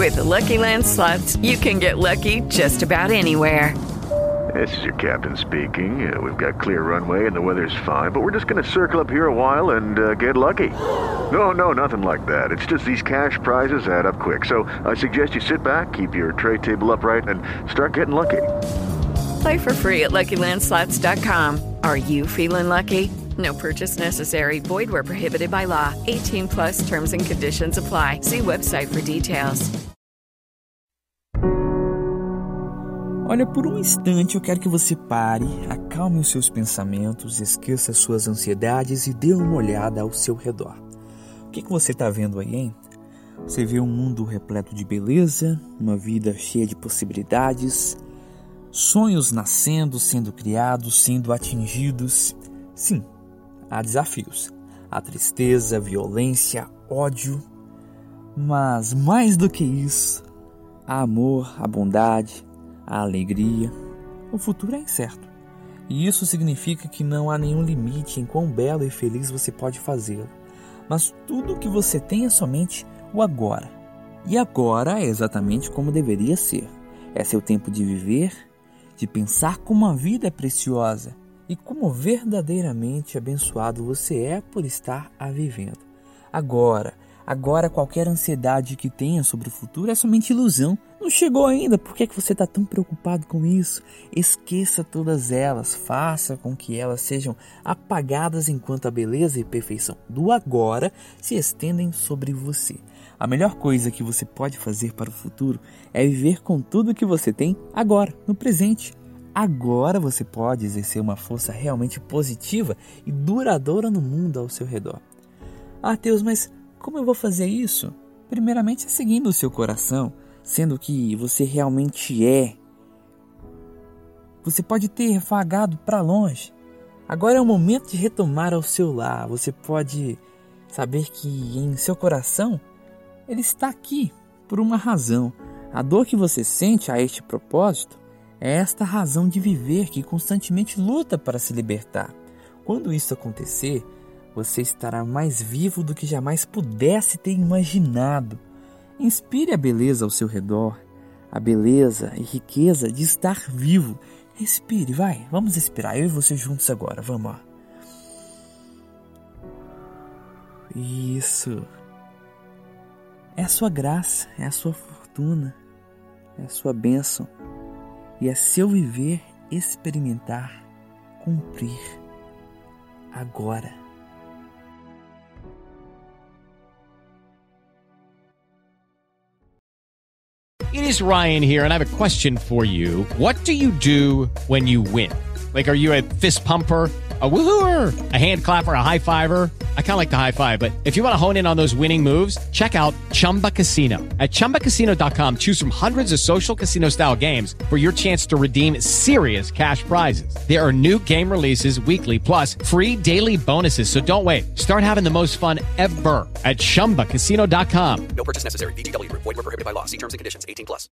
With the Lucky Land Slots, you can get lucky just about anywhere. This is your captain speaking. We've got clear runway and the weather's fine, but we're just going to circle up here a while and get lucky. No, nothing like that. It's just these cash prizes add up quick. So I suggest you sit back, keep your tray table upright, and start getting lucky. Play for free at LuckyLandSlots.com. Are you feeling lucky? No purchase necessary. Void where prohibited by law. 18 plus terms and conditions apply. See website for details. Olha, por um instante eu quero que você pare, acalme os seus pensamentos, esqueça as suas ansiedades e dê uma olhada ao seu redor. O que você está vendo aí, hein? Você vê um mundo repleto de beleza, uma vida cheia de possibilidades, sonhos nascendo, sendo criados, sendo atingidos. Sim, há desafios, há tristeza, violência, ódio, mas mais do que isso, há amor, a bondade, a alegria. O futuro é incerto, e isso significa que não há nenhum limite em quão belo e feliz você pode fazê-lo. Mas tudo o que você tem é somente o agora. E agora é exatamente como deveria ser. É seu tempo de viver, de pensar como a vida é preciosa e como verdadeiramente abençoado você é por estar a vivendo. Agora qualquer ansiedade que tenha sobre o futuro é somente ilusão. Não chegou ainda, por que você está tão preocupado com isso? Esqueça todas elas, faça com que elas sejam apagadas enquanto a beleza e perfeição do agora se estendem sobre você. A melhor coisa que você pode fazer para o futuro é viver com tudo que você tem agora, no presente. Agora você pode exercer uma força realmente positiva e duradoura no mundo ao seu redor. Ah, Deus, mas como eu vou fazer isso? Primeiramente é seguindo o seu coração, sendo que você realmente é. Você pode ter vagado para longe. Agora é o momento de retomar ao seu lar. Você pode saber que em seu coração ele está aqui por uma razão. A dor que você sente a este propósito é esta razão de viver que constantemente luta para se libertar. Quando isso acontecer, você estará mais vivo do que jamais pudesse ter imaginado. Inspire a beleza ao seu redor, a beleza e riqueza de estar vivo. Respire, vai, vamos respirar, eu e você juntos agora, vamos lá. Isso. É a sua graça, é a sua fortuna, é a sua bênção. E é seu viver experimentar, cumprir agora. It is Ryan here, and I have a question for you. What do you do when you win? Like, are you a fist pumper, a woohooer, a hand clapper, a high fiver? I kind of like the high five, but if you want to hone in on those winning moves, check out Chumba Casino. At ChumbaCasino.com, choose from hundreds of social casino-style games for your chance to redeem serious cash prizes. There are new game releases weekly, plus free daily bonuses, so don't wait. Start having the most fun ever at ChumbaCasino.com. No purchase necessary. VGW Group. Void where prohibited by law. See terms and conditions. 18 plus.